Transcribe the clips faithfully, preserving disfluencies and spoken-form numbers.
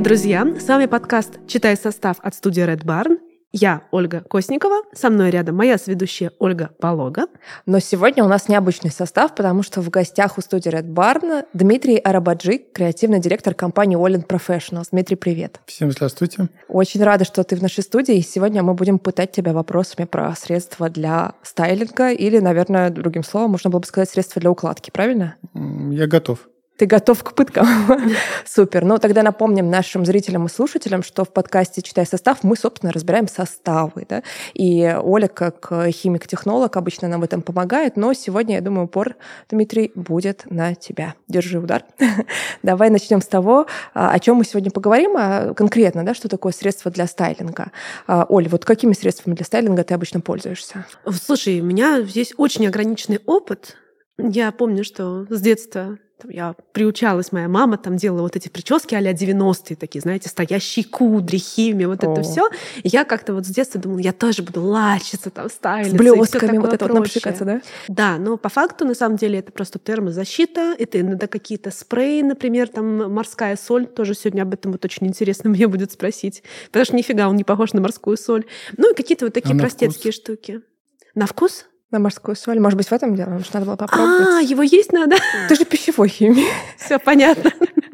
Друзья, с вами подкаст «Читай состав» от студии Red Barn. Я Ольга Косникова, со мной рядом моя соведущая Ольга Полога. Но сегодня у нас необычный состав, потому что в гостях у студии Red Barn Дмитрий Арабаджи, креативный директор компании Olin Professionals. Дмитрий, привет. Всем здравствуйте. Очень рада, что ты в нашей студии. И сегодня мы будем пытать тебя вопросами про средства для стайлинга или, наверное, другим словом, можно было бы сказать, средства для укладки, правильно? Я готов. Ты готов к пыткам? Супер. Ну, тогда напомним нашим зрителям и слушателям, что в подкасте «Читай состав» мы, собственно, разбираем составы. Да? И Оля, как химик-технолог, обычно нам в этом помогает, но сегодня, я думаю, упор, Дмитрий, будет на тебя. Держи удар. Давай начнем с того, о чем мы сегодня поговорим, а конкретно, да, что такое средство для стайлинга. Оль, вот какими средствами для стайлинга ты обычно пользуешься? Слушай, у меня здесь очень ограниченный опыт. Я помню, что с детства там, я приучалась, моя мама там делала вот эти прически а-ля девяностые, такие, знаете, стоящие кудри, химия, вот О. это все. И я как-то вот с детства думала, я тоже буду лачиться, там, стайлиться. С блесками вот это вот напшикаться, да? Да, но по факту, на самом деле, это просто термозащита, это иногда какие-то спреи, например, там морская соль, тоже сегодня об этом вот очень интересно мне будет спросить, потому что нифига он не похож на морскую соль. Ну и какие-то вот такие а простецкие штуки. На вкус? На морскую соль. Может быть, в этом дело? Может, надо было попробовать. А, его есть надо? Ты же пищевой химик. Все понятно.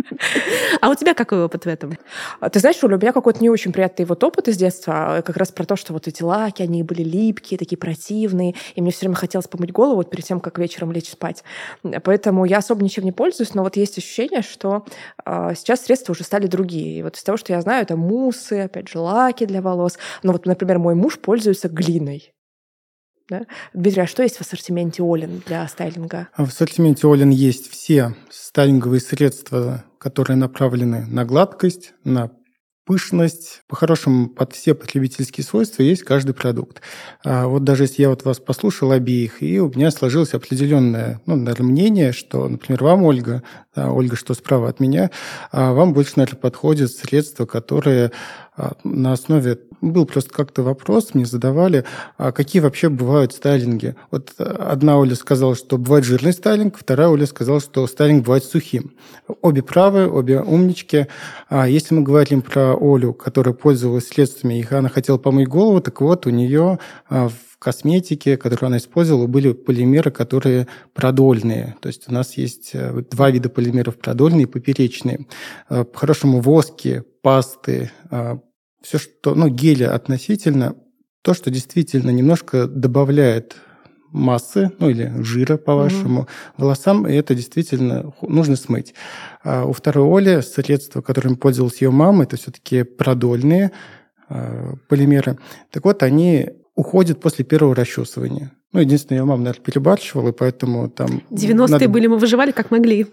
А у тебя какой опыт в этом? Ты знаешь, Оля, у меня какой-то не очень приятный вот опыт из детства, как раз про то, что вот эти лаки, они были липкие, такие противные, и мне все время хотелось помыть голову вот перед тем, как вечером лечь спать. Поэтому я особо ничем не пользуюсь, но вот есть ощущение, что э, сейчас средства уже стали другие. И вот из того, что я знаю, это муссы, опять же, лаки для волос. Но вот, например, мой муж пользуется глиной. Да? Дмитрий, а что есть в ассортименте Olin для стайлинга? В ассортименте Olin есть все стайлинговые средства, которые направлены на гладкость, на пышность. По-хорошему, под все потребительские свойства есть каждый продукт. А вот даже если я вот вас послушал обеих, и у меня сложилось определенное, ну, наверное, мнение, что, например, вам, Ольга, да, Ольга, что справа от меня, вам больше, наверное, подходят средства, которые на основе... Был просто как-то вопрос, мне задавали, а какие вообще бывают стайлинги. Вот одна Оля сказала, что бывает жирный стайлинг, вторая Оля сказала, что стайлинг бывает сухим. Обе правы, обе умнички. А если мы говорим про Олю, которая пользовалась средствами, и она хотела помыть голову, так вот, у нее в косметике, которую она использовала, были полимеры, которые продольные. То есть у нас есть два вида полимеров, продольные и поперечные. По-хорошему, воски, пасты, все, что, ну, гели относительно, то, что действительно немножко добавляет массы, ну, или жира, по-вашему, mm-hmm. волосам, и это действительно нужно смыть. А у второй Оли средства, которыми пользовалась ее мама, это все-таки продольные э, полимеры. Так вот, они уходят после первого расчесывания. Ну, единственное, ее мама, наверное, перебарщивала, и поэтому там... девяностые надо... были, мы выживали как могли.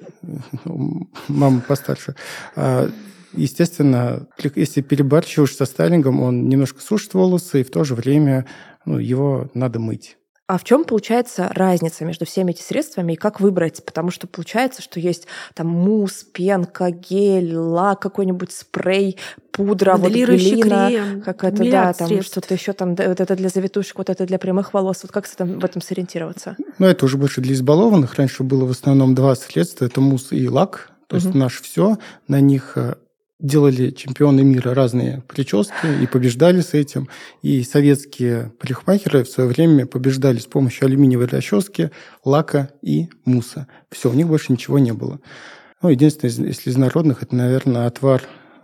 Мама постарше. Естественно, если перебарщиваешь со стайлингом, он немножко сушит волосы, и в то же время ну, его надо мыть. А в чем получается разница между всеми этими средствами и как выбрать? Потому что получается, что есть там мусс, пенка, гель, лак, какой-нибудь спрей, пудра, вот глина, какая-то, да, там средств. Что-то еще там, вот это для завитушек, вот это для прямых волос. Вот как в этом сориентироваться? Ну, это уже больше для избалованных. Раньше было в основном два средства, это мусс и лак. То угу. есть наше все, на них... делали чемпионы мира разные прически и побеждали с этим. И советские парикмахеры в свое время побеждали с помощью алюминиевой расчески, лака и мусса. Все, у них больше ничего не было. Ну, единственное, если из народных, это, наверное, отвар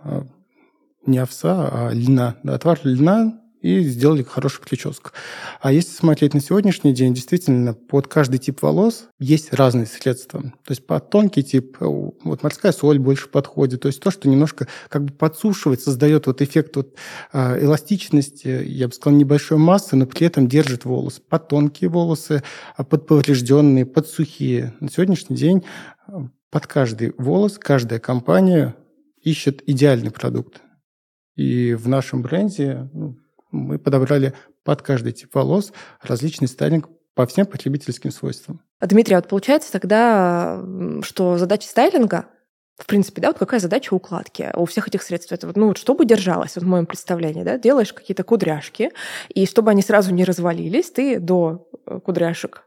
не овса, а льна. Да, отвар льна, и сделали хорошую прическу. А если смотреть на сегодняшний день, действительно, под каждый тип волос есть разные средства. То есть под тонкий тип, вот морская соль больше подходит. То есть то, что немножко как бы подсушивает, создает вот эффект вот, э, эластичности, я бы сказал, небольшой массы, но при этом держит волос. Под тонкие волосы, под поврежденные, под сухие. На сегодняшний день под каждый волос каждая компания ищет идеальный продукт. И в нашем бренде... Ну, мы подобрали под каждый тип волос различный стайлинг по всем потребительским свойствам. Дмитрий, а вот получается тогда, что задача стайлинга, в принципе, да, вот какая задача укладки у всех этих средств? Это вот, ну, вот чтобы держалось, вот в моем представлении, да, делаешь какие-то кудряшки, и чтобы они сразу не развалились, ты до кудряшек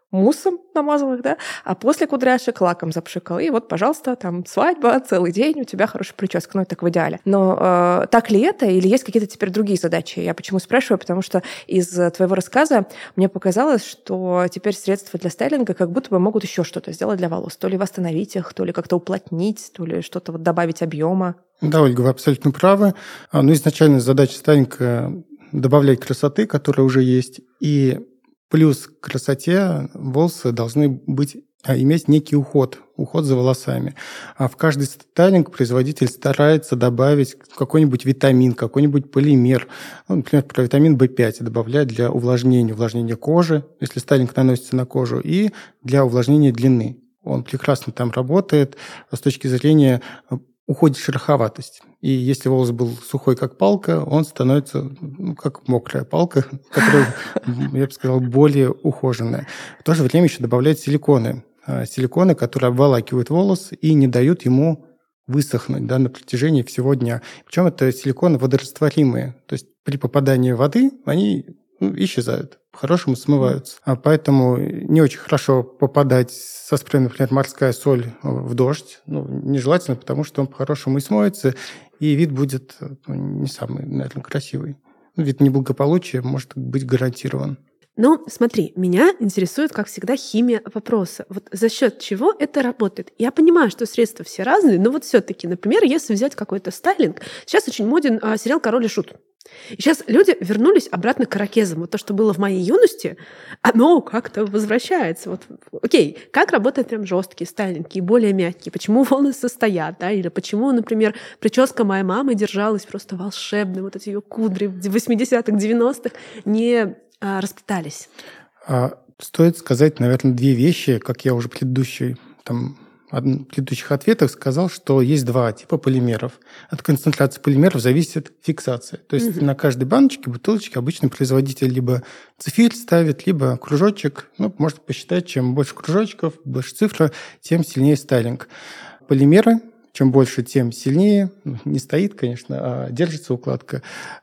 муссом намазал их, да, а после кудряшек лаком запшикал. И вот, пожалуйста, там свадьба, целый день, у тебя хорошая прическа. Ну, это так в идеале. Но э, так ли это, или есть какие-то теперь другие задачи? Я почему спрашиваю? Потому что из твоего рассказа мне показалось, что теперь средства для стайлинга как будто бы могут еще что-то сделать для волос. То ли восстановить их, то ли как-то уплотнить, то ли что-то вот добавить объема. Да, Ольга, вы абсолютно правы. Ну, изначально задача стайлинга – добавлять красоты, которая уже есть, и плюс к красоте волосы должны быть, иметь некий уход, уход за волосами. А в каждый стайлинг производитель старается добавить какой-нибудь витамин, какой-нибудь полимер. Ну, например, про витамин бэ пять добавлять для увлажнения, увлажнения кожи, если стайлинг наносится на кожу, и для увлажнения длины. Он прекрасно там работает с точки зрения уходит шероховатость. И если волос был сухой, как палка, он становится ну, как мокрая палка, которая, я бы сказал, более ухоженная. В то же время еще добавляют силиконы. Силиконы, которые обволакивают волос и не дают ему высохнуть, да, на протяжении всего дня. Причем это силиконы водорастворимые. То есть при попадании воды они ну, исчезают, по-хорошему смываются. А поэтому не очень хорошо попадать со спреем, например, морская соль в дождь. Ну, нежелательно, потому что он по-хорошему и смоется, и вид будет ну, не самый, наверное, красивый. Ну, вид неблагополучия может быть гарантирован. Ну, смотри, меня интересует, как всегда, химия вопроса. Вот за счет чего это работает? Я понимаю, что средства все разные, но вот все-таки, например, если взять какой-то стайлинг, сейчас очень моден а, сериал «Король и Шут». И сейчас люди вернулись обратно к ирокезам. Вот то, что было в моей юности, оно как-то возвращается. Вот, окей, как работают прям жесткие стайлинги и более мягкие? Почему волосы стоят? Да? Или почему, например, прическа моей мамы держалась просто волшебно, вот эти ее кудри в восьмидесятых, девяностых не а, расплетались? А, стоит сказать, наверное, две вещи, как я уже в предыдущей там, в предыдущих ответах сказал, что есть два типа полимеров. От концентрации полимеров зависит фиксация. То есть угу. на каждой баночке, бутылочке обычно производитель либо цифирь ставит, либо кружочек. Ну, можно посчитать, чем больше кружочков, больше цифра, тем сильнее стайлинг. Полимеры, чем больше, тем сильнее. Не стоит, конечно, а держится укладка.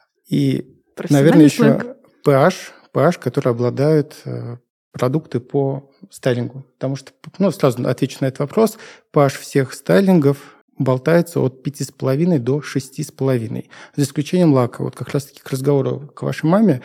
И, наверное, еще pH, pH, который обладает продукты по стайлингу. Потому что, ну, сразу отвечу на этот вопрос, pH всех стайлингов болтается от пяти с половиной до шести с половиной. За исключением лака. Вот как раз-таки к разговору к вашей маме.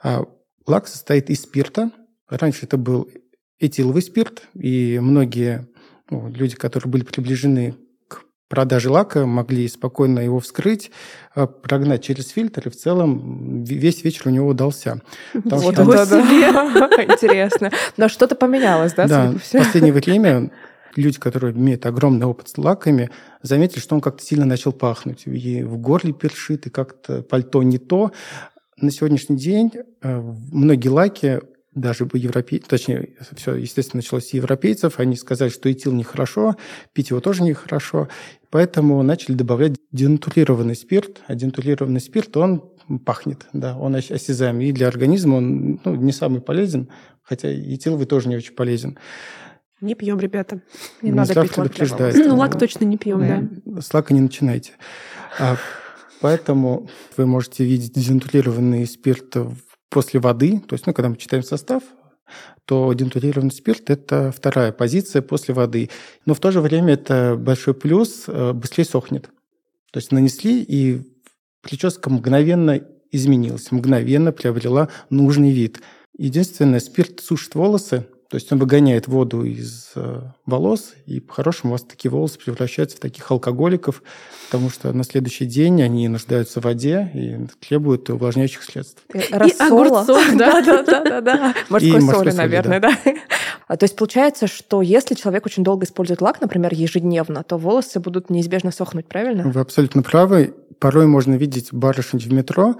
Лак состоит из спирта. Раньше это был этиловый спирт, и многие ну, люди, которые были приближены к продаже лака, могли спокойно его вскрыть, прогнать через фильтр, и в целом весь вечер у него удался. Вот это да. Интересно. Но что-то поменялось, да? Да, в последнее время люди, которые имеют огромный опыт с лаками, заметили, что он как-то сильно начал пахнуть. И в горле першит, и как-то пальто не то. На сегодняшний день многие лаки, даже бы европейцев, точнее, все, естественно, началось с европейцев, они сказали, что этил нехорошо, пить его тоже нехорошо, поэтому начали добавлять денатурированный спирт. А денатурированный спирт, он пахнет, да, он осязаемый. И для организма он ну, не самый полезен, хотя этиловый тоже не очень полезен. Не пьем, ребята. Не, не надо пить лак. Ну, лак точно не пьем, да. С лака не начинайте. А, поэтому вы можете видеть денатурированный спирт после воды, то есть, ну, когда мы читаем состав, то денатурированный спирт – это вторая позиция после воды. Но в то же время это большой плюс, быстрее сохнет. То есть нанесли, и прическа мгновенно изменилась, мгновенно приобрела нужный вид. Единственное, спирт сушит волосы, то есть он выгоняет воду из волос, и по-хорошему у вас такие волосы превращаются в таких алкоголиков, потому что на следующий день они нуждаются в воде и требуют увлажняющих средств. И, и огурцов, да? Да-да-да. Морской соли, наверное, да. То есть получается, что если человек очень долго использует лак, например, ежедневно, то волосы будут неизбежно сохнуть, правильно? Вы абсолютно правы. Порой можно видеть барышень в метро.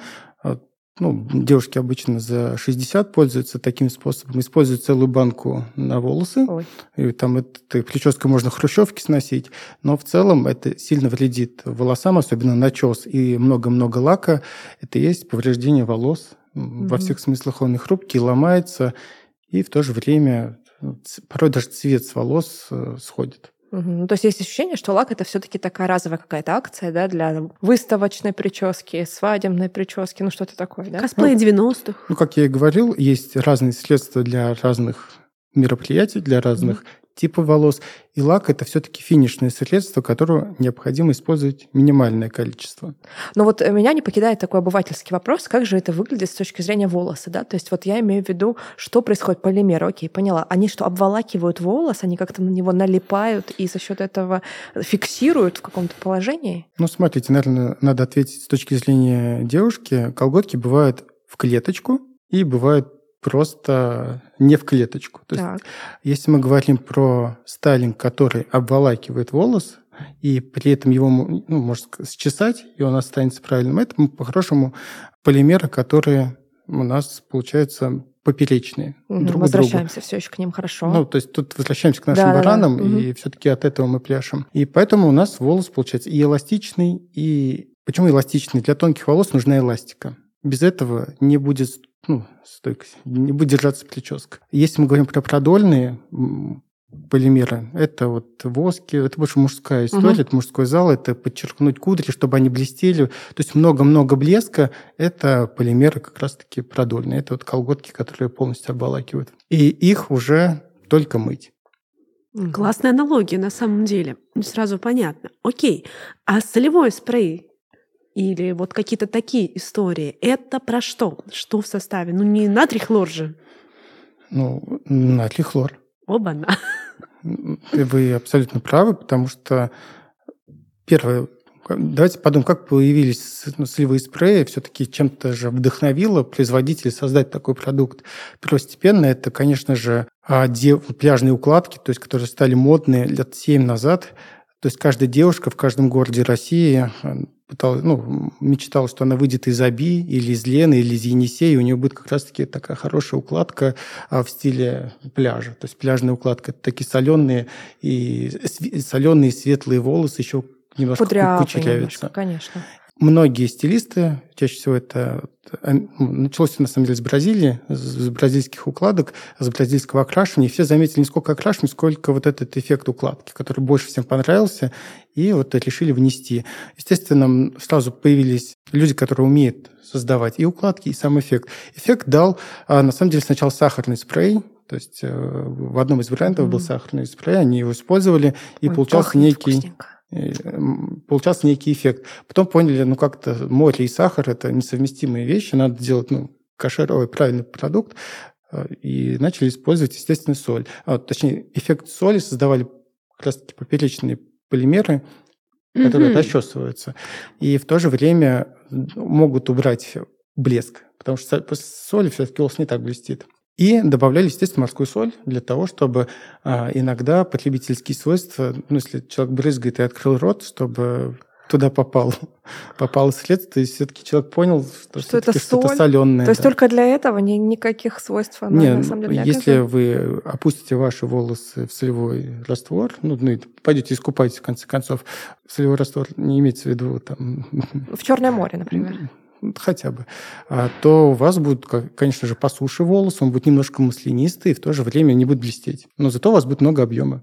Ну, девушки обычно за шестьдесят пользуются таким способом. Используют целую банку на волосы. Ой. И там этой прической можно хрущевки сносить. Но в целом это сильно вредит волосам, особенно начес и много-много лака. Это и есть повреждение волос. Mm-hmm. Во всех смыслах он и хрупкий, ломается. И в то же время порой даже цвет с волос сходит. Угу. Ну, то есть есть ощущение, что лак — это все-таки такая разовая какая-то акция, да, для выставочной прически, свадебной прически, ну что-то такое, да? Косплей девяностых. Ну, как я и говорил, есть разные средства для разных мероприятий, для разных mm-hmm. типов волос. И лак – это все-таки финишное средство, которого необходимо использовать минимальное количество. Но вот меня не покидает такой обывательский вопрос, как же это выглядит с точки зрения волоса, да? То есть вот я имею в виду, что происходит полимер. Окей, поняла. Они что, обволакивают волос, они как-то на него налипают и за счет этого фиксируют в каком-то положении? Ну, смотрите, наверное, надо ответить с точки зрения девушки. Колготки бывают в клеточку и бывают просто не в клеточку. То есть, если мы говорим про стайлинг, который обволакивает волос, и при этом его ну, можно счесать, и он останется правильным, это по-хорошему полимеры, которые у нас, получаются, поперечные угу, друг возвращаемся к другу. Все еще к ним, хорошо. Ну, то есть тут возвращаемся к нашим да, баранам, да, да. и угу. все-таки от этого мы пляшем. И поэтому у нас волос получается и эластичный, и... Почему эластичный? Для тонких волос нужна эластика. Без этого не будет, ну, стойкость, не будет держаться прическа. Если мы говорим про продольные полимеры, это вот воски, это больше мужская история, uh-huh. это мужской зал, это подчеркнуть кудри, чтобы они блестели. То есть много-много блеска – это полимеры как раз-таки продольные. Это вот колготки, которые полностью обволакивают. И их уже только мыть. Классная аналогия на самом деле. Сразу понятно. Окей, а солевой спрей или вот какие-то такие истории, это про что? Что в составе? Ну, не натрий хлор же. Ну, натрий хлор. Оба-на. Вы абсолютно правы, потому что первое, давайте подумаем, как появились солевые спреи, все-таки чем-то же вдохновило производителей создать такой продукт. Первостепенно это, конечно же, пляжные укладки, то есть, которые стали модные лет семь назад. То есть каждая девушка в каждом городе России пыталась, ну, мечтала, что она выйдет из Аби или из Лены, или из Енисея, и у нее будет как раз-таки такая хорошая укладка в стиле пляжа. То есть пляжная укладка – это такие соленые и соленые светлые волосы, еще немножко кучерявятся. Конечно. Многие стилисты, чаще всего это началось на самом деле с Бразилии, с бразильских укладок, с бразильского окрашивания. И все заметили не сколько окрашивания, сколько вот этот эффект укладки, который больше всем понравился, и вот решили внести. Естественно, сразу появились люди, которые умеют создавать и укладки, и сам эффект. Эффект дал, на самом деле, сначала сахарный спрей. То есть в одном из брендов mm. был сахарный спрей, они его использовали, и Ой, получался некий... Вкусненько. Получался некий эффект. Потом поняли, ну как-то море и сахар – это несовместимые вещи, надо делать ну, кошеровый, правильный продукт, и начали использовать, естественно, соль. А, точнее, эффект соли создавали как раз-таки поперечные полимеры, которые mm-hmm. расчесываются, и в то же время могут убрать блеск, потому что после соли все-таки волос не так блестит. И добавляли, естественно, морскую соль для того, чтобы а, иногда потребительские свойства, ну, если человек брызгает и открыл рот, чтобы туда попал, попало средство, и все-таки человек понял, что, что это соль, что-то соленое. То есть да. только для этого ни, никаких свойств она Нет, на самом деле не если оказывает? вы опустите ваши волосы в солевой раствор, ну, ну пойдете искупайтесь, в конце концов, солевой раствор не имеется в виду там... В Черное море, например. Хотя бы, то у вас будет, конечно же, по суше волос, он будет немножко маслянистый, и в то же время не будет блестеть. Но зато у вас будет много объема.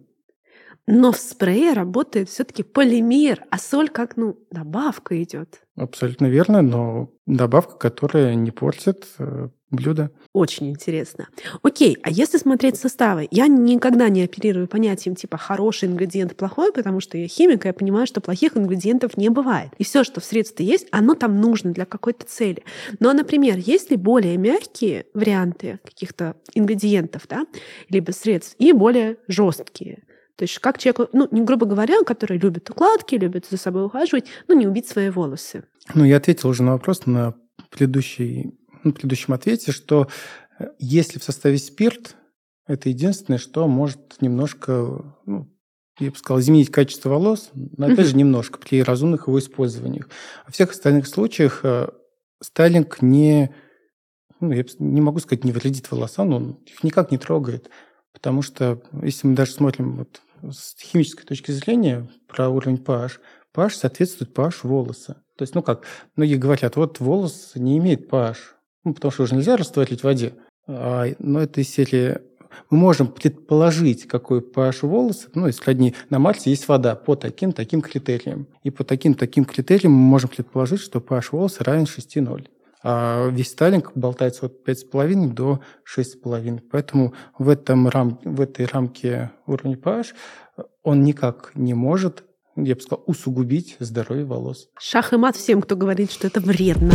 Но в спрее работает все-таки полимер, а соль как, ну, добавка идет. Абсолютно верно, но добавка, которая не портит блюдо. Очень интересно. Окей, а если смотреть составы? Я никогда не оперирую понятием типа хороший ингредиент, плохой, потому что я химик, и я понимаю, что плохих ингредиентов не бывает. И все, что в средстве есть, оно там нужно для какой-то цели. Но, например, есть ли более мягкие варианты каких-то ингредиентов, да, либо средств, и более жесткие? То есть как человеку, ну, не грубо говоря, который любит укладки, любит за собой ухаживать, ну, не убить свои волосы? Ну, я ответил уже на вопрос на предыдущий в предыдущем ответе, что если в составе спирт, это единственное, что может немножко, ну, я бы сказал, изменить качество волос, но опять же немножко при разумных его использованиях. Во всех остальных случаях стайлинг не, ну, я не могу сказать, не вредит волосам, но он их никак не трогает. Потому что, если мы даже смотрим вот с химической точки зрения про уровень pH, pH соответствует pH волоса. То есть, ну как, многие говорят, вот волос не имеет pH, ну, потому что уже нельзя растворить в воде. А, но это из серии... Мы можем предположить, какой pH волоса. Ну, если одни на Марсе есть вода по таким-таким критериям. И по таким-таким критериям мы можем предположить, что pH волоса равен шесть целых ноль. А весь стайлинг болтается от пять с половиной до шесть с половиной. Поэтому в, этом рам... в этой рамке уровня pH он никак не может, я бы сказал, усугубить здоровье волос. Шах и мат всем, кто говорит, что это вредно.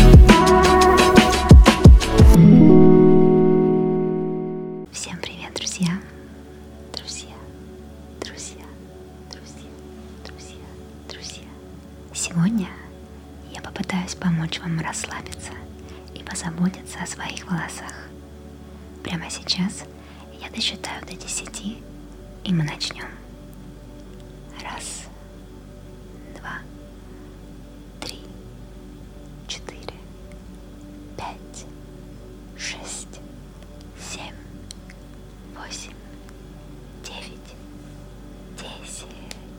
Всем привет, друзья. Друзья, друзья, друзья, друзья, друзья. Сегодня я попытаюсь помочь вам расслабиться и позаботиться о своих волосах. Прямо сейчас я досчитаю до десяти, и мы начнем. Раз, два, три, четыре, пять, шесть, семь, восемь, девять, десять.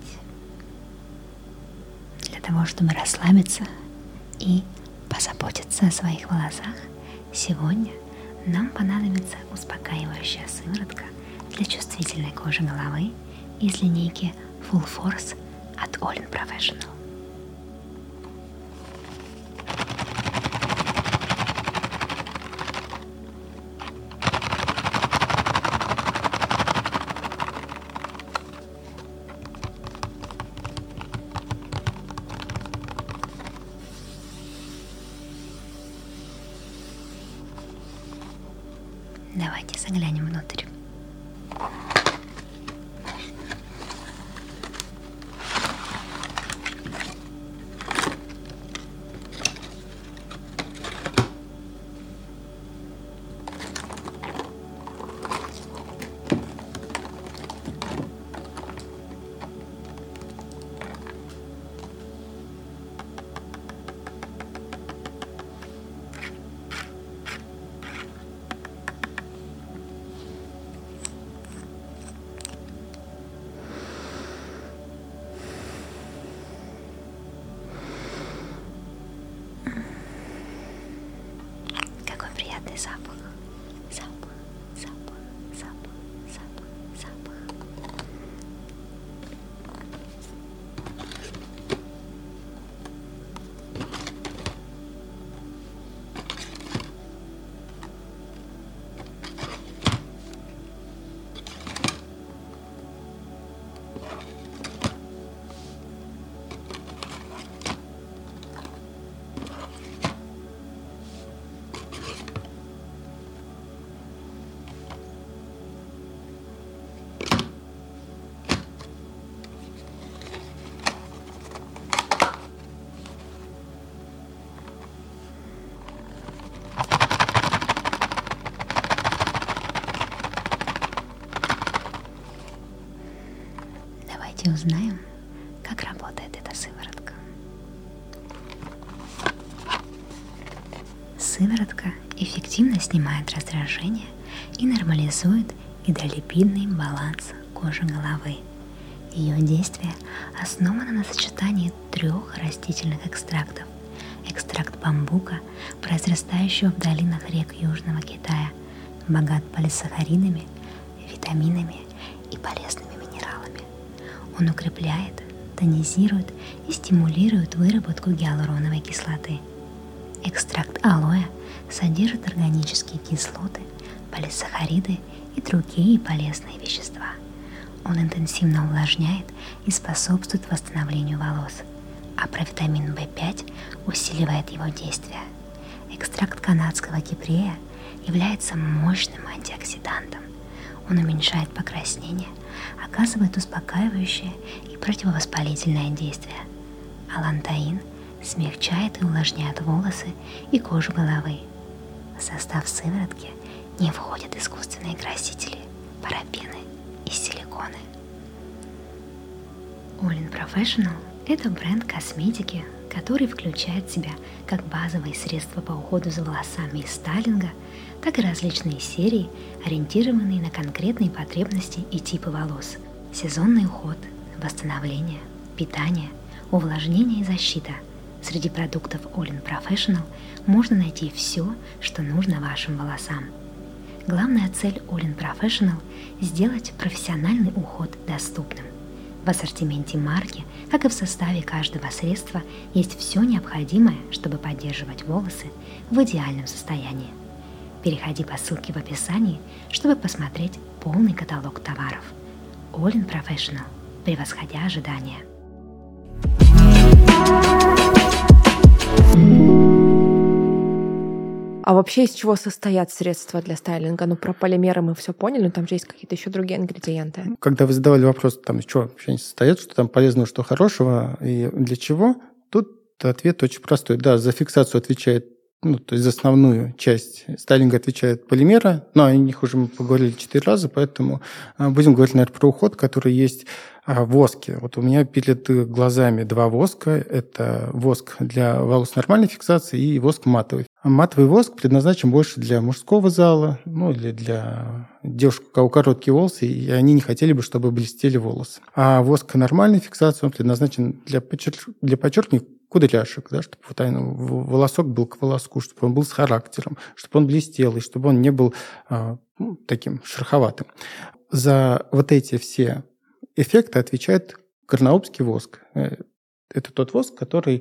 Для того, чтобы расслабиться и позаботиться о своих волосах, сегодня нам понадобится успокаивающая сыворотка для чувствительной кожи головы из линейки Full Force от Olin Professional. Давайте заглянем внутрь. Приятный запах, запах, запах, запах, запах, запах. Давайте узнаем, как работает эта сыворотка. Сыворотка эффективно снимает раздражение и нормализует гидролипидный баланс кожи головы. Ее действие основано на сочетании трех растительных экстрактов. Экстракт бамбука, произрастающего в долинах рек Южного Китая, богат полисахаридами, витаминами и полезными минералами. Он укрепляет, тонизирует и стимулирует выработку гиалуроновой кислоты. Экстракт алоэ содержит органические кислоты, полисахариды и другие полезные вещества. Он интенсивно увлажняет и способствует восстановлению волос, а провитамин вэ пять усиливает его действие. Экстракт канадского кипрея является мощным антиоксидантом. Он уменьшает покраснение, оказывает успокаивающее и противовоспалительное действие. Алантаин смягчает и увлажняет волосы и кожу головы. В состав сыворотки не входят искусственные красители, парабены и силиконы. Olin Professional – это бренд косметики, который включает в себя как базовые средства по уходу за волосами из стайлинга, так и различные серии, ориентированные на конкретные потребности и типы волос. Сезонный уход, восстановление, питание, увлажнение и защита. Среди продуктов Olin Professional можно найти все, что нужно вашим волосам. Главная цель Olin Professional – сделать профессиональный уход доступным. В ассортименте марки, как и в составе каждого средства, есть все необходимое, чтобы поддерживать волосы в идеальном состоянии. Переходи по ссылке в описании, чтобы посмотреть полный каталог товаров. All-in Professional, превосходя ожидания. А вообще из чего состоят средства для стайлинга? Ну, про полимеры мы все поняли, но там же есть какие-то еще другие ингредиенты. Когда вы задавали вопрос, там, из чего вообще они состоят, что там полезного, что хорошего, и для чего, тут ответ очень простой. Да, за фиксацию отвечает, ну, то есть за основную часть стайлинга отвечает полимеры, но о них уже мы поговорили четыре раза, поэтому будем говорить, наверное, про уход, который есть в воске. Вот у меня перед глазами два воска. Это воск для волос нормальной фиксации и воск матовый. Матовый воск предназначен больше для мужского зала, ну, или для девушек, у кого короткие волосы, и они не хотели бы, чтобы блестели волосы. А воск нормальной фиксации он предназначен для, подчер... для подчеркивания кудряшек, да, чтобы вот, волосок был к волоску, чтобы он был с характером, чтобы он блестел, и чтобы он не был а, ну, таким шероховатым. За вот эти все эффекты отвечает карнаубский воск. Это тот воск, который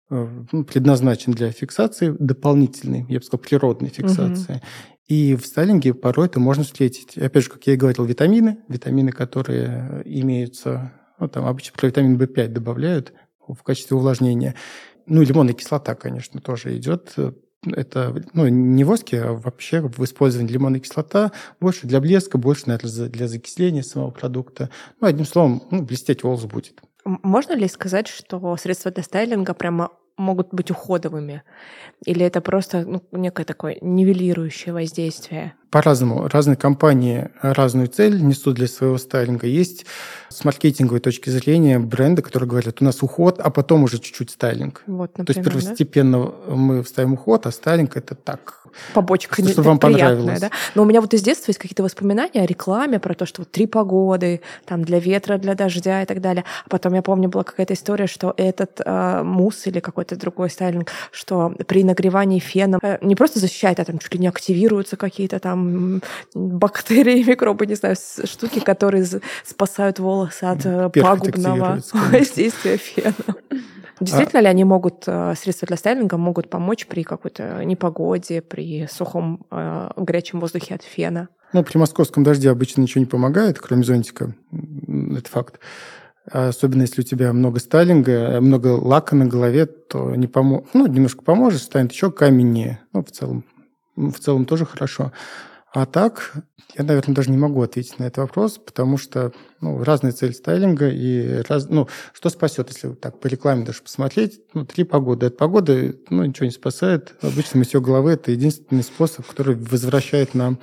предназначен для фиксации дополнительной, я бы сказал, природной фиксации. Угу. И в стайлинге порой это можно встретить. Опять же, как я и говорил, витамины, витамины, которые имеются, ну, там обычно про витамин бэ пять добавляют в качестве увлажнения. Ну, и лимонная кислота, конечно, тоже идет. Это, ну, не в воске, а вообще в использовании лимонной кислота больше для блеска, больше, наверное, для закисления самого продукта. Ну, одним словом, ну, блестеть волос будет. Можно ли сказать, что средства для стайлинга прямо могут быть уходовыми? Или это просто, ну, некое такое нивелирующее воздействие? По-разному. Разные компании разную цель несут для своего стайлинга. Есть с маркетинговой точки зрения бренды, которые говорят, у нас уход, а потом уже чуть-чуть стайлинг. Вот, например, то есть первостепенно да? мы вставим уход, а стайлинг – это так. Побочка чтобы вам понравилось. Да? Но у меня вот из детства есть какие-то воспоминания о рекламе про то, что вот три погоды, там для ветра, для дождя и так далее. А потом я помню, была какая-то история, что этот э, мусс или какой-то другой стайлинг, что при нагревании феном э, не просто защищает, а там чуть ли не активируются какие-то там бактерии, микробы, не знаю, штуки, которые спасают волосы от э, пагубного воздействия фена. Действительно а... ли они могут, средства для стайлинга могут помочь при какой-то непогоде, при сухом э, горячем воздухе от фена? Ну, при московском дожде обычно ничего не помогает, кроме зонтика. Это факт. Особенно если у тебя много стайлинга, много лака на голове, то не помо... ну, немножко поможет, станет еще каменнее. Ну, в целом, в целом тоже хорошо. А так, я, наверное, даже не могу ответить на этот вопрос, потому что ну, разные цели стайлинга и раз, ну, что спасет, если вот так по рекламе даже посмотреть, ну, три погоды. От погоды ну, ничего не спасает. Обычно мытье головы – это единственный способ, который возвращает нам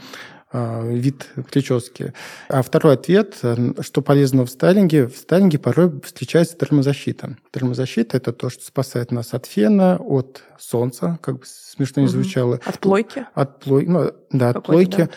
э, вид прически. А второй ответ, что полезного в стайлинге. В стайлинге порой встречается термозащита. Термозащита – это то, что спасает нас от фена, от солнца, как бы смешно не звучало. Угу. От плойки? От плойки, ну, да, от плойки. Да.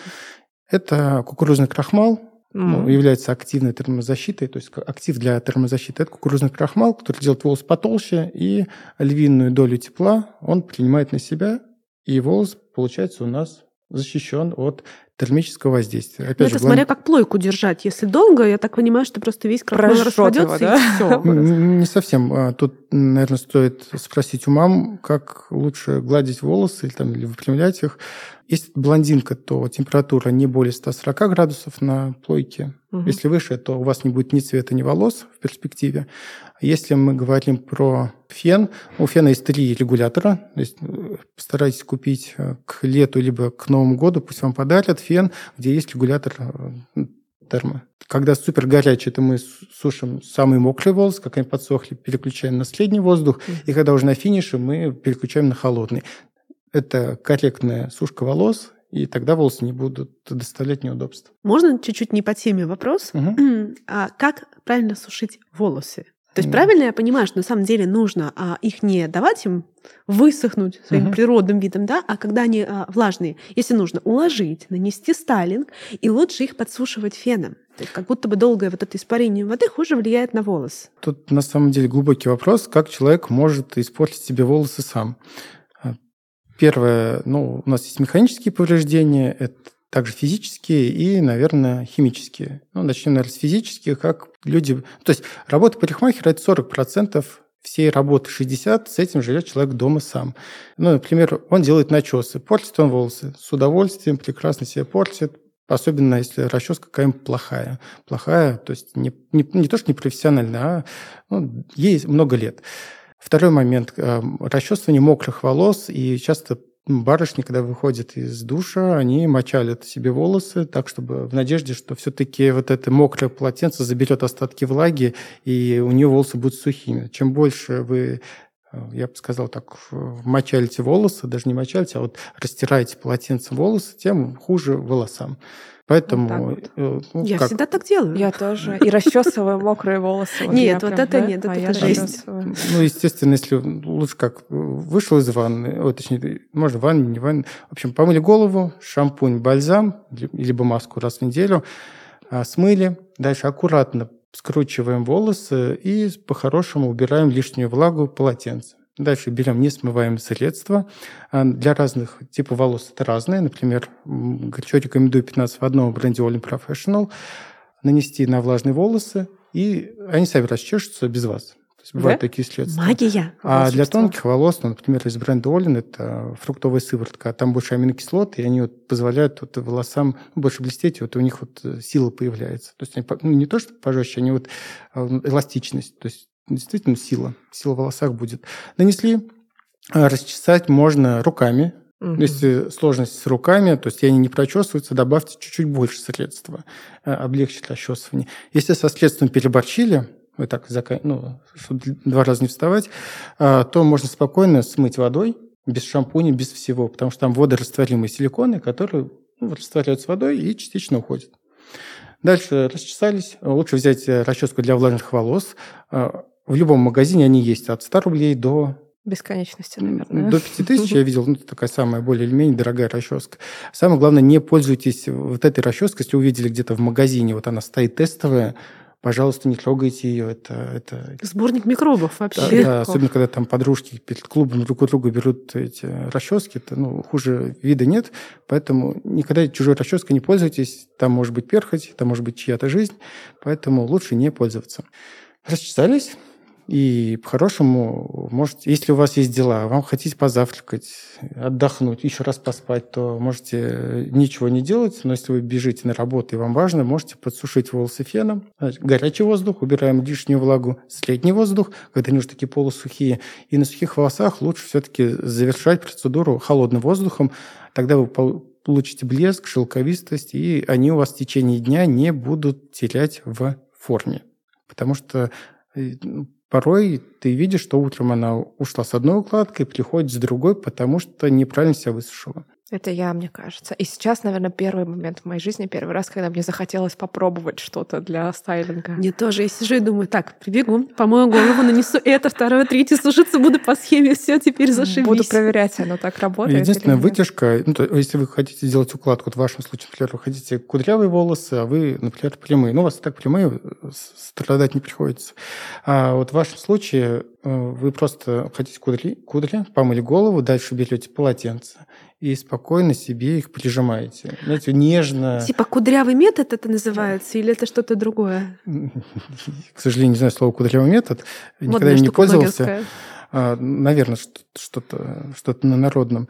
Это кукурузный крахмал, mm. ну, является активной термозащитой, то есть актив для термозащиты. Это кукурузный крахмал, который делает волос потолще, и львиную долю тепла он принимает на себя, и волос, получается, у нас защищен от термического воздействия. Опять ну, же, это главное... смотря как плойку держать. Если долго, я так понимаю, что просто весь крахмал распадется, да? И все. Не совсем. Тут, наверное, стоит спросить у мам, как лучше гладить волосы или, там, или выпрямлять их. Если это блондинка, то температура не более ста сорока градусов на плойке. Угу. Если выше, то у вас не будет ни цвета, ни волос в перспективе. Если мы говорим про фен, у фена есть три регулятора. То есть постарайтесь купить к лету либо к Новому году, пусть вам подарят фен, где есть регулятор термо. Когда супер горячий, то мы сушим самый мокрый волос, как они подсохли, переключаем на средний воздух, mm. и когда уже на финише, мы переключаем на холодный. Это корректная сушка волос, и тогда волосы не будут доставлять неудобств. Можно чуть-чуть не по теме вопрос? Угу. А как правильно сушить волосы? То есть mm. правильно я понимаю, что на самом деле нужно а, их не давать им высохнуть своим uh-huh. природным видом, да, а когда они а, влажные, если нужно, уложить, нанести стайлинг, и лучше их подсушивать феном. То есть как будто бы долгое вот это испарение воды хуже влияет на волос. Тут на самом деле глубокий вопрос, как человек может испортить себе волосы сам. Первое, ну, у нас есть механические повреждения, это также физические и, наверное, химические. Ну, начнем, наверное, с физических, как люди... То есть работа парикмахера – это сорок процентов всей работы, шестьдесят процентов с этим живет человек дома сам. Ну, например, он делает начесы, портит он волосы с удовольствием, прекрасно себе портит, особенно если расческа какая-нибудь плохая. Плохая, то есть не, не, не то, что не профессиональная, а ну, ей много лет. Второй момент – расчесывание мокрых волос, и часто барышни, когда выходят из душа, они мочалят себе волосы так, чтобы в надежде, что все-таки вот это мокрое полотенце заберет остатки влаги, и у нее волосы будут сухими. Чем больше вы, я бы сказал так, мочалите волосы, даже не мочалите, а вот растираете полотенцем волосы, тем хуже волосам. Поэтому... Вот ну, я как? всегда так делаю. Я тоже. И расчесываю мокрые волосы. Вот Нет, вот прям, это да? нет, это, а это жесть. Ну, естественно, если лучше как вышел из ванны, о, точнее, можно в ванне, не в ванне. В общем, помыли голову, шампунь, бальзам, либо маску раз в неделю, смыли. Дальше аккуратно скручиваем волосы и по-хорошему убираем лишнюю влагу полотенцем. Дальше берем несмываемые средства. Для разных типов волос это разные. Например, горячо рекомендую пятнадцать в одном бренде Olin Professional. Нанести на влажные волосы, и они сами расчешутся без вас. То есть бывают да? такие средства. Магия. А для тонких волос, ну, например, из бренда Olin, это фруктовая сыворотка. Там больше аминокислот, и они вот позволяют вот волосам больше блестеть, и вот у них вот сила появляется. То есть они, ну, не то, что пожестче, они вот эластичность. То есть действительно сила. Сила в волосах будет. Нанесли. Расчесать можно руками. Uh-huh. Если сложность с руками, то есть они не прочесываются, добавьте чуть-чуть больше средства, облегчить расчесывание. Если со средством переборчили, вы так, ну, чтобы два раза не вставать, то можно спокойно смыть водой, без шампуня, без всего, потому что там водорастворимые силиконы, которые ну, растворяются водой и частично уходят. Дальше расчесались. Лучше взять расческу для влажных волос. В любом магазине они есть от ста рублей до... Бесконечности, наверное. До пяти тысяч я видел, ну, такая самая более или менее дорогая расческа. Самое главное, не пользуйтесь вот этой расческой, если увидели где-то в магазине, вот она стоит тестовая, пожалуйста, не трогайте ее. Это, это... Сборник микробов вообще. Да, да, особенно, когда там подружки перед клубом друг у друга берут эти расчески, это, ну, хуже вида нет, поэтому никогда чужой расческой не пользуйтесь. Там может быть перхоть, там может быть чья-то жизнь, поэтому лучше не пользоваться. Расчесались. И по-хорошему, можете, если у вас есть дела, вам хотите позавтракать, отдохнуть, еще раз поспать, то можете ничего не делать. Но если вы бежите на работу и вам важно, можете подсушить волосы феном. Горячий воздух, убираем лишнюю влагу, средний воздух, когда они уже такие полусухие. И на сухих волосах лучше все-таки завершать процедуру холодным воздухом. Тогда вы получите блеск, шелковистость, и они у вас в течение дня не будут терять в форме. Потому что... порой ты видишь, что утром она ушла с одной укладкой, приходит с другой, потому что неправильно себя высушила. Это я, мне кажется. И сейчас, наверное, первый момент в моей жизни, первый раз, когда мне захотелось попробовать что-то для стайлинга. Мне тоже. Я сижу и думаю, так, прибегу, помою голову, нанесу это, второе, третье, сушиться буду по схеме, все, теперь зашибись. Буду проверять, оно так работает. Единственная вытяжка, ну, то, если вы хотите сделать укладку, вот в вашем случае, например, вы хотите кудрявые волосы, а вы, например, прямые. Ну, у вас так прямые, страдать не приходится. А вот в вашем случае вы просто хотите кудри, кудри, помыли голову, дальше берете полотенце и спокойно себе их прижимаете. Знаете, нежно. Типа кудрявый метод это называется, или это что-то другое? К сожалению, не знаю слова «кудрявый метод». Никогда им не пользовался. Наверное, что-то, что-то на народном.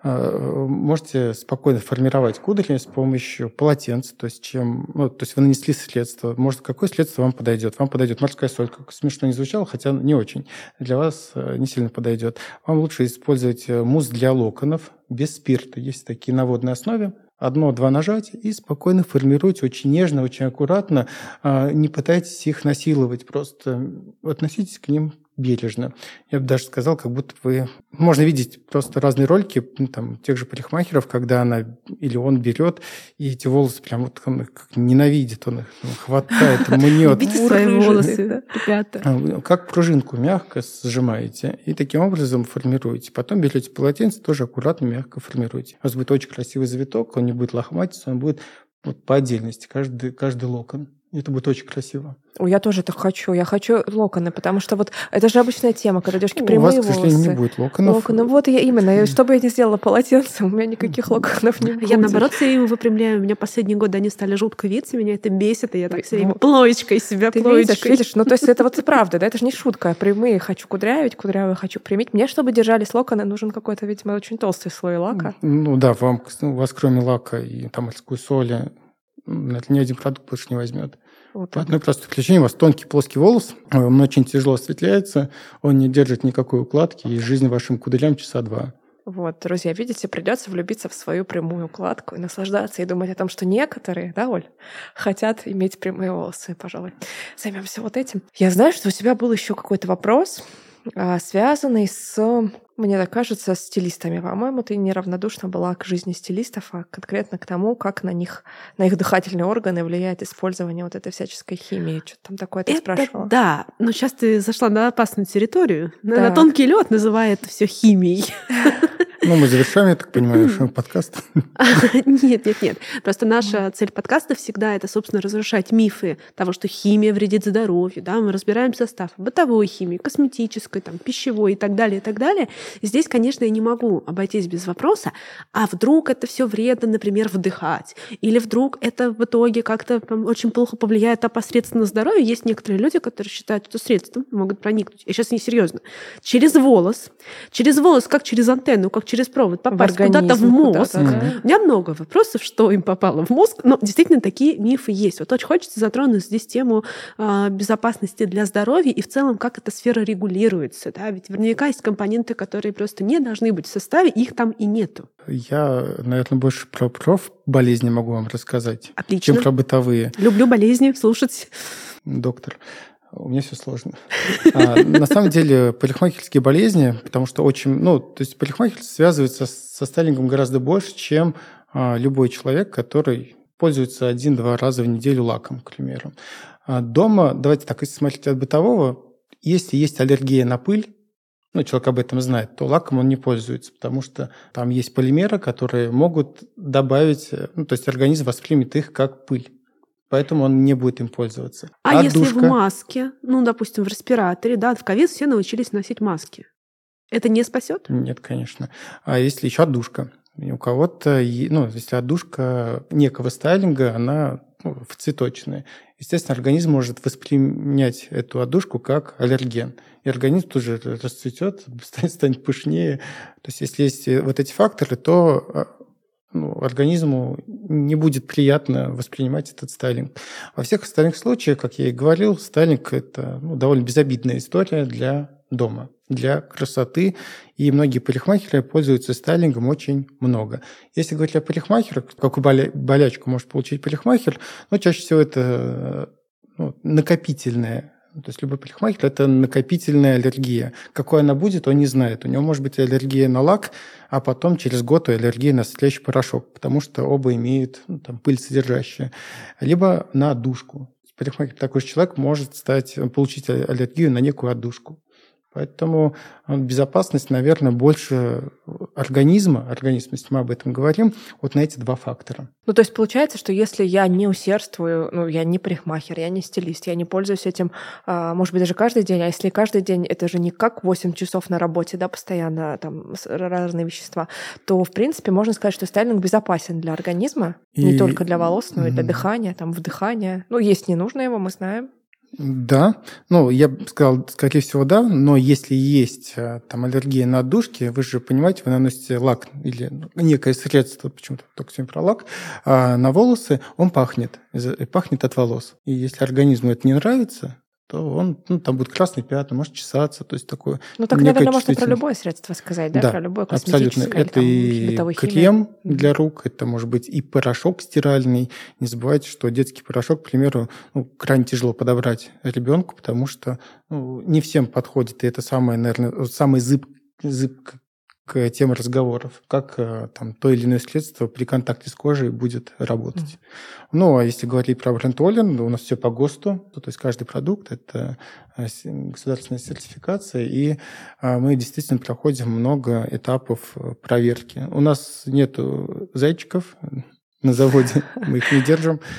Можете спокойно формировать кудри с помощью полотенца, то есть, чем, ну, то есть вы нанесли средство. Может, какое средство вам подойдет? Вам подойдет морская соль, как смешно не звучало, хотя не очень. Для вас не сильно подойдет. Вам лучше использовать мусс для локонов без спирта. Есть такие на водной основе. Одно-два нажатия и спокойно формируйте очень нежно, очень аккуратно. Не пытайтесь их насиловать, просто относитесь к ним бережно. Я бы даже сказал, как будто вы... Можно видеть просто разные ролики ну, там, тех же парикмахеров, когда она или он берет, и эти волосы прям вот он их как ненавидит, он их ну, хватает, мнет. Любите свои волосы, ребята. Как пружинку мягко сжимаете, и таким образом формируете. Потом берете полотенце, тоже аккуратно, мягко формируете. У вас будет очень красивый завиток, он не будет лохматиться, он будет вот, по отдельности, каждый, каждый локон. Это будет очень красиво. Ой, я тоже так хочу. Я хочу локоны, потому что вот это же обычная тема, когда девушки прямые волосы. У вас, к сожалению, не будет локонов. Локоны. Вот я именно. Что бы я ни сделала полотенцем, у меня никаких локонов не будет. Я, наоборот, все время выпрямляю. У меня последние годы они стали жутко виться, меня это бесит, и я так все время плоечкой себя, Ты плоечкой. видишь, видишь? Ну, то есть это вот и правда, да? Это же не шутка. Прямые хочу кудрявить, кудрявые хочу примить. Мне, чтобы держались локоны, нужен какой-то, видимо, очень толстый слой лака. Ну да, вам, у вас кроме лака и там морской соли ни один продукт больше не возьмет. Вот По одной простой причине: у вас тонкий плоский волос, он очень тяжело осветляется, он не держит никакой укладки, и жизнь вашим кудрям часа два. Вот, друзья, видите, придется влюбиться в свою прямую укладку и наслаждаться, и думать о том, что некоторые, да, Оль, хотят иметь прямые волосы. Пожалуй, займемся вот этим. Я знаю, что у тебя был еще какой-то вопрос, связанный с, мне так кажется, с стилистами. По-моему, ты неравнодушна была к жизни стилистов, а конкретно к тому, как на них, на их дыхательные органы влияет использование вот этой всяческой химии. Что-то там такое ты Это спрашивала. Да, но сейчас ты зашла на опасную территорию, на, Да. на тонкий лед, называя это все химией. Ну, мы завершаем, я так понимаю, наш подкаст. Нет, нет, нет. Просто наша цель подкаста всегда это, собственно, разрушать мифы того, что химия вредит здоровью. Да? Мы разбираем состав бытовой химии, косметической, там, пищевой и так далее, и так далее. И здесь, конечно, я не могу обойтись без вопроса, а вдруг это все вредно, например, вдыхать? Или вдруг это в итоге как-то там очень плохо повлияет опосредственно на здоровье? Есть некоторые люди, которые считают, что средством могут проникнуть. Я сейчас не серьезно. Через волос. Через волос, как через антенну, как через провод попасть куда-то в мозг. Куда-то, да. У меня много вопросов, что им попало в мозг, но действительно такие мифы есть. Вот очень хочется затронуть здесь тему э, безопасности для здоровья и в целом, как эта сфера регулируется. Да? Ведь наверняка есть компоненты, которые просто не должны быть в составе, их там и нету. Я, наверное, больше про профболезни могу вам рассказать, Отлично. чем про бытовые. Люблю болезни, слушать. Доктор. У меня все сложно. А, на самом деле, парикмахерские болезни, потому что очень... Ну, то есть парикмахерство связывается со стайлингом гораздо больше, чем а, любой человек, который пользуется один-два раза в неделю лаком, к примеру. А дома, давайте так, если смотреть от бытового, если есть аллергия на пыль, ну, человек об этом знает, то лаком он не пользуется, потому что там есть полимеры, которые могут добавить... Ну, то есть организм воспримет их как пыль. Поэтому он не будет им пользоваться. А если Отдушка. в маске, ну, допустим, в респираторе, да, в ковид все научились носить маски. Это не спасет? Нет, конечно. А если еще отдушка? У кого-то, ну, если отдушка некого стайлинга, она ну, в цветочная. Естественно, организм может воспринять эту отдушку как аллерген. И организм тоже расцветет, станет пышнее. То есть если есть вот эти факторы, то ну, организму не будет приятно воспринимать этот стайлинг. Во всех остальных случаях, как я и говорил, стайлинг – это ну, довольно безобидная история для дома, для красоты. И многие парикмахеры пользуются стайлингом очень много. Если говорить о парикмахерах, какую боля- болячку может получить парикмахер, ну, чаще всего это ну, накопительная. То есть любой парикмахер – это накопительная аллергия. Какой она будет, он не знает. У него может быть аллергия на лак, а потом через год аллергия на светлящий порошок, потому что оба имеют ну, там, пыль содержащая. Либо на отдушку. Парикмахер, такой же человек, может стать, получить аллергию на некую отдушку. Поэтому безопасность, наверное, больше организма, организм, если мы об этом говорим, вот на эти два фактора. Ну, то есть получается, что если я не усердствую, ну, я не парикмахер, я не стилист, я не пользуюсь этим, может быть, даже каждый день, а если каждый день это же не как восемь часов на работе, да, постоянно там разные вещества, то, в принципе, можно сказать, что стайлинг безопасен для организма, и... не только для волос, но и для дыхания, там, вдыхания. Ну, есть не нужно его, мы знаем. Да, ну, я бы сказал, скорее всего, да, но если есть там аллергия на отдушки, вы же понимаете, вы наносите лак или некое средство, почему-то только сегодня про лак, на волосы, он пахнет, пахнет от волос. И если организму это не нравится, то он, ну, там будет красный пятна, может чесаться, то есть такое. Ну, так, наверное, можно про любое средство сказать, да? Да, про любое косметическое. Абсолютно. Это там, и крем химии. Для рук, это может быть и порошок стиральный. Не забывайте, что детский порошок, к примеру, ну, крайне тяжело подобрать ребенку, потому что ну, не всем подходит, и это самое, наверное, самый зыб, зыб к теме разговоров, как там, то или иное средство при контакте с кожей будет работать. Mm-hmm. Ну, а если говорить про бренд Олин, у нас все по ГОСТу, то есть каждый продукт – это государственная сертификация, и мы действительно проходим много этапов проверки. У нас нет зайчиков на заводе, мы их не держим.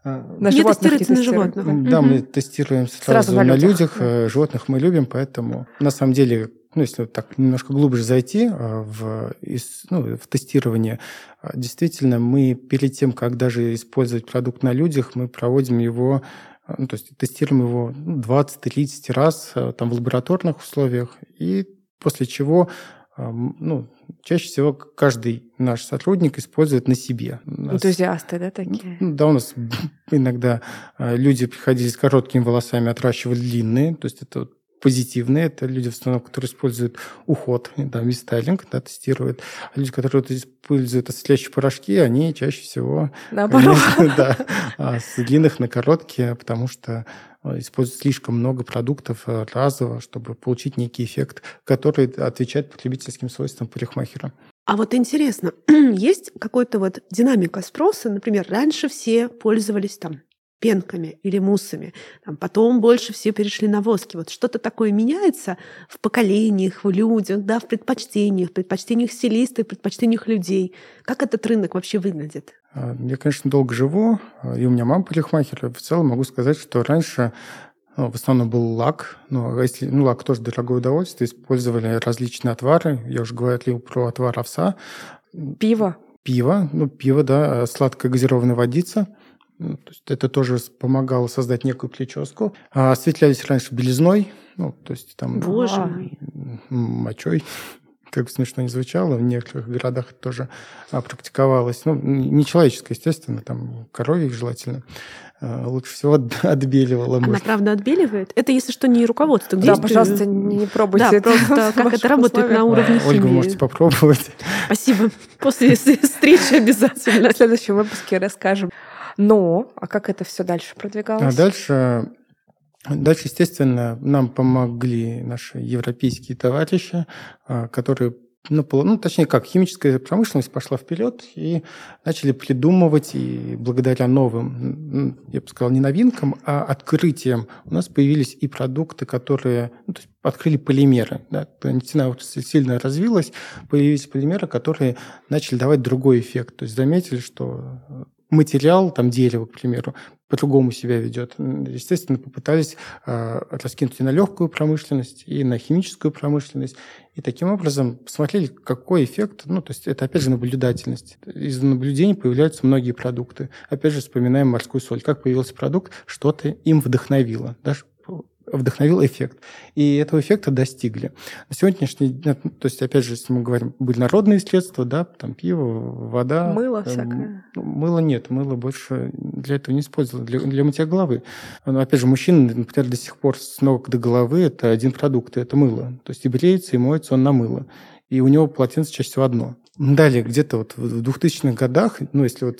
На не животных тестируется не на тестируем. животных. Да, Мгм. мы тестируем сразу, Сразу на на людях. людях. Да. Животных мы любим, поэтому на самом деле, ну, если вот так немножко глубже зайти а, в, ис- ну, в тестирование, а, действительно, мы перед тем, как даже использовать продукт на людях, мы проводим его, а, ну, то есть тестируем его ну, двадцать-тридцать раз а, там, в лабораторных условиях, и после чего а, м, ну, чаще всего каждый наш сотрудник использует на себе. У нас- Энтузиасты, да, такие? ну, Да, у нас иногда а, люди приходили с короткими волосами, отращивали длинные, то есть это вот позитивные, это люди в основном, которые используют уход, да, мистайлинг, да, тестируют. А люди, которые вот используют осветляющие порошки, они чаще всего, Наоборот. конечно, да, а, с длинных на короткие, потому что а, используют слишком много продуктов а, разово, чтобы получить некий эффект, который отвечает потребительским свойствам парикмахера. А вот интересно, есть какой-то вот динамика спроса? Например, раньше все пользовались там пенками или муссами, там, потом больше все перешли на воски. Вот что-то такое меняется в поколениях, в людях, да, в предпочтениях, в предпочтениях стилистов, в предпочтениях людей. Как этот рынок вообще выглядит? А, Я, конечно, долго живу, а, и у меня мама парикмахер. В целом могу сказать, что раньше ну, в основном был лак. Ну, а если, ну, лак тоже дорогое удовольствие. Использовали различные отвары. Я уже говорил про отвар овса. Пиво. Пиво. Ну, пиво, да. а Сладкая газированная водица. Ну, то есть это тоже помогало создать некую прическу. А осветлялись раньше белизной. Ну, то есть там Боже Ага. мой. м, мочой. Как бы смешно не звучало, в некоторых городах это тоже а, практиковалось. Ну, н- не человеческое, естественно, там коровьих желательно. А, Лучше всего от- отбеливало. Она может. правда отбеливает? Это, если что, не руководство. Да, Есть, э, пожалуйста, не пробуйте Да, это просто в как ваших это работает на условиях. уровне А, Ольга, вы химии. можете попробовать. Спасибо. После с- встречи обязательно. В следующем выпуске расскажем. Но, а как это все дальше А продвигалось? дальше, дальше, естественно, нам помогли наши европейские товарищи, а, которые, ну, пол- ну, точнее как, химическая промышленность пошла вперед и начали придумывать, и благодаря новым, м, я бы сказал, не новинкам, а открытиям у нас появились и продукты, которые, ну, то есть открыли полимеры. Да, нефтяная отрасль сильно развилась, появились полимеры, которые начали давать другой эффект. То есть заметили, что материал, там дерево, к примеру, по-другому себя ведет. Естественно, попытались э, раскинуть и на легкую промышленность, и на химическую промышленность. И таким образом посмотрели, какой эффект. Ну, то есть это, опять же, наблюдательность. Из наблюдений появляются многие продукты. Опять же, вспоминаем морскую соль. Как появился продукт, что-то им вдохновило. Даже вдохновил эффект. И этого эффекта достигли. На сегодняшний день, то есть, опять же, если мы говорим, были народные средства, да, там пиво, вода. Мыло эм, всякое. Мыло нет, мыло больше для этого не использовали, для, для мытья головы. Но, опять же, мужчины, например, до сих пор с ног до головы это один продукт, это мыло. То есть и бреется, и моется он на мыло. И у него полотенце чаще всего одно. Далее, где-то вот в двухтысячных годах, ну, если вот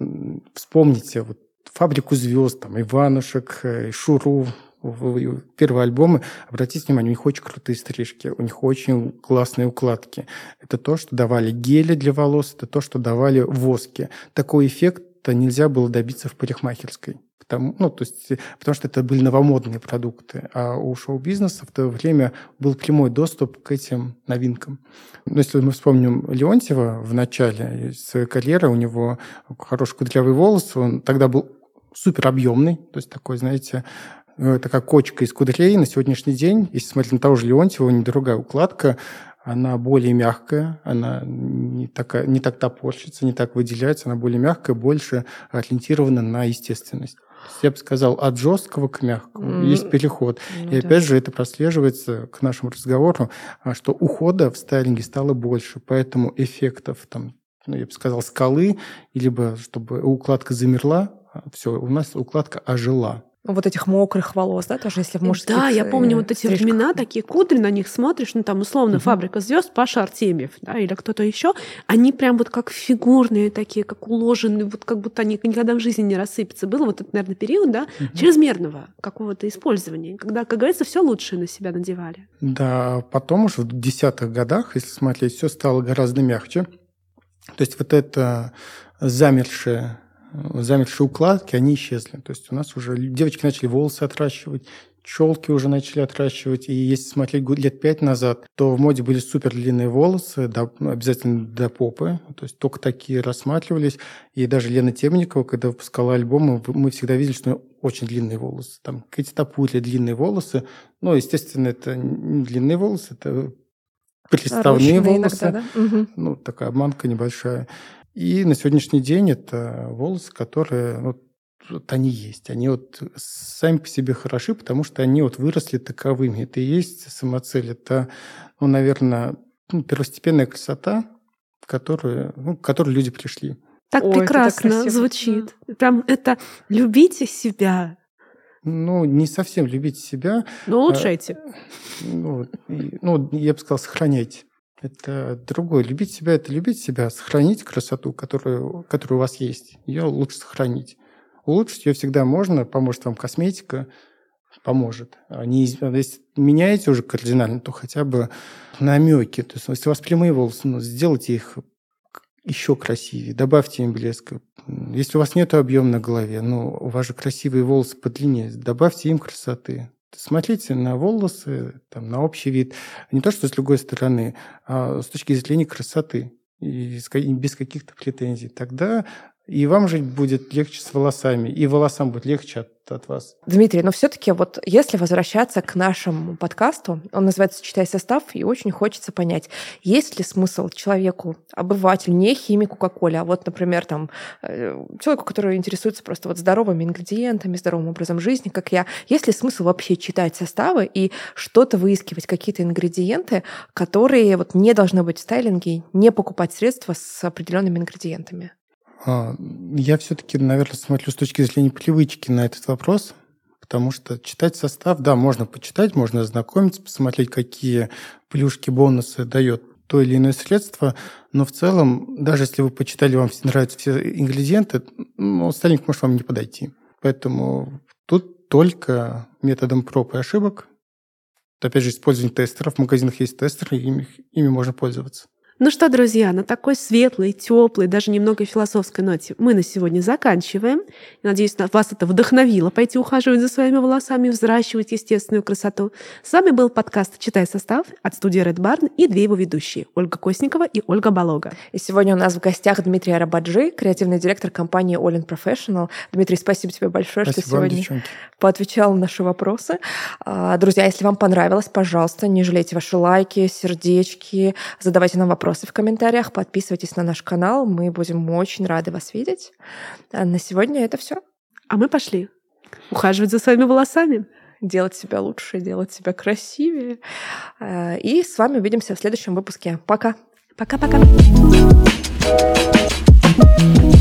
вспомните вот «Фабрику звезд», там, Иванушек, Шуру, первые альбомы, обратите внимание, у них очень крутые стрижки, у них очень классные укладки. Это то, что давали гели для волос, это то, что давали воски. Такой эффект нельзя было добиться в парикмахерской. Потому, ну, то есть, потому что это были новомодные продукты, а у шоу-бизнеса в то время был прямой доступ к этим новинкам. Но если мы вспомним Леонтьева в начале своей карьеры, у него хороший кудрявый волос, он тогда был супер объемный, то есть такой, знаете, такая кочка из кудрей. На сегодняшний день, если смотреть на того же Леонтьева, недорогая укладка, она более мягкая, она не, такая, не так топорщится, не так выделяется, она более мягкая, больше ориентирована на естественность. Я бы сказал, от жесткого к мягкому. Mm-hmm. Есть переход. Mm-hmm. И опять же, это прослеживается к нашему разговору, что ухода в стайлинге стало больше, поэтому эффектов, там, ну, я бы сказал, скалы, либо чтобы укладка замерла, все, у нас укладка ожила. Вот этих мокрых волос, да, тоже, если в мужских Да, я помню вот эти стрижках. времена, такие кудри, на них смотришь, ну там условно uh-huh. «Фабрика звезд», Паша Артемьев, да, или кто-то еще, они прям вот как фигурные такие, как уложенные, вот как будто они никогда в жизни не рассыпятся. Был вот этот, наверное, период, да, uh-huh. чрезмерного какого-то использования, когда, как говорится, все лучшее на себя надевали. Да, потом уже в десятых годах, если смотреть, все стало гораздо мягче. То есть вот это замершее замершие укладки, они исчезли. То есть у нас уже девочки начали волосы отращивать, челки уже начали отращивать. И если смотреть лет пять назад, то в моде были супер длинные волосы, до, обязательно до попы. То есть только такие рассматривались. И даже Лена Темникова, когда выпускала альбомы, мы всегда видели, что у нее очень длинные волосы. Там Кэти Топури, длинные волосы. Ну, естественно, это не длинные волосы, это приставные волосы. Иногда, да? Угу. Ну, такая обманка небольшая. И на сегодняшний день это волосы, которые вот, вот они есть. Они вот сами по себе хороши, потому что они вот выросли таковыми. Это и есть самоцель. Это, ну, наверное, ну, первостепенная красота, которую, ну, к которой люди пришли. Так Ой, прекрасно звучит. Прям это «любите себя». Ну, не совсем любите себя. Но улучшайте. А, ну, и, ну, я бы сказал, сохраняйте. Это другое. Любить себя – это любить себя, сохранить красоту, которую, которая у вас есть. Ее лучше сохранить. Улучшить ее всегда можно, поможет вам косметика, поможет. А не, если меняете уже кардинально, то хотя бы намеки. То есть, если у вас прямые волосы, ну, сделайте их еще красивее, добавьте им блеска. Если у вас нет объема на голове, ну, у вас же красивые волосы по длине, добавьте им красоты. Смотрите на волосы, там, на общий вид. Не то, что с другой стороны, а с точки зрения красоты. И без каких-то претензий. Тогда и вам жить будет легче с волосами, и волосам будет легче от, от вас. Дмитрий, но все-таки вот если возвращаться к нашему подкасту, он называется «Читай состав», и очень хочется понять, есть ли смысл человеку, обывателю, не химику Кока-Коле, а вот, например, там, человеку, который интересуется просто вот здоровыми ингредиентами, здоровым образом жизни, как я, есть ли смысл вообще читать составы и что-то выискивать, какие-то ингредиенты, которые вот не должны быть в стайлинге, не покупать средства с определенными ингредиентами? Я все-таки, наверное, смотрю с точки зрения привычки на этот вопрос, потому что читать состав, да, можно почитать, можно ознакомиться, посмотреть, какие плюшки, бонусы дает то или иное средство, но в целом, даже если вы почитали, вам нравятся все ингредиенты, ну, стайлинг может вам не подойти. Поэтому тут только методом проб и ошибок, опять же, использование тестеров, в магазинах есть тестеры, ими, ими можно пользоваться. Ну что, друзья, на такой светлой, теплой, даже немного философской ноте мы на сегодня заканчиваем. Надеюсь, вас это вдохновило пойти ухаживать за своими волосами, взращивать естественную красоту. С вами был подкаст «Читай состав» от студии Red Barn и две его ведущие — Ольга Косникова и Ольга Болога. И сегодня у нас в гостях Дмитрий Арабаджи, креативный директор компании All in Professional. Дмитрий, спасибо тебе большое, спасибо что сегодня девчонки. поотвечал на наши вопросы. Друзья, если вам понравилось, пожалуйста, не жалейте ваши лайки, сердечки, задавайте нам вопросы в комментариях, подписывайтесь на наш канал, мы будем очень рады вас видеть. А на сегодня это все. А мы пошли ухаживать за своими волосами. Делать себя лучше, делать себя красивее. И с вами увидимся в следующем выпуске. Пока. Пока-пока.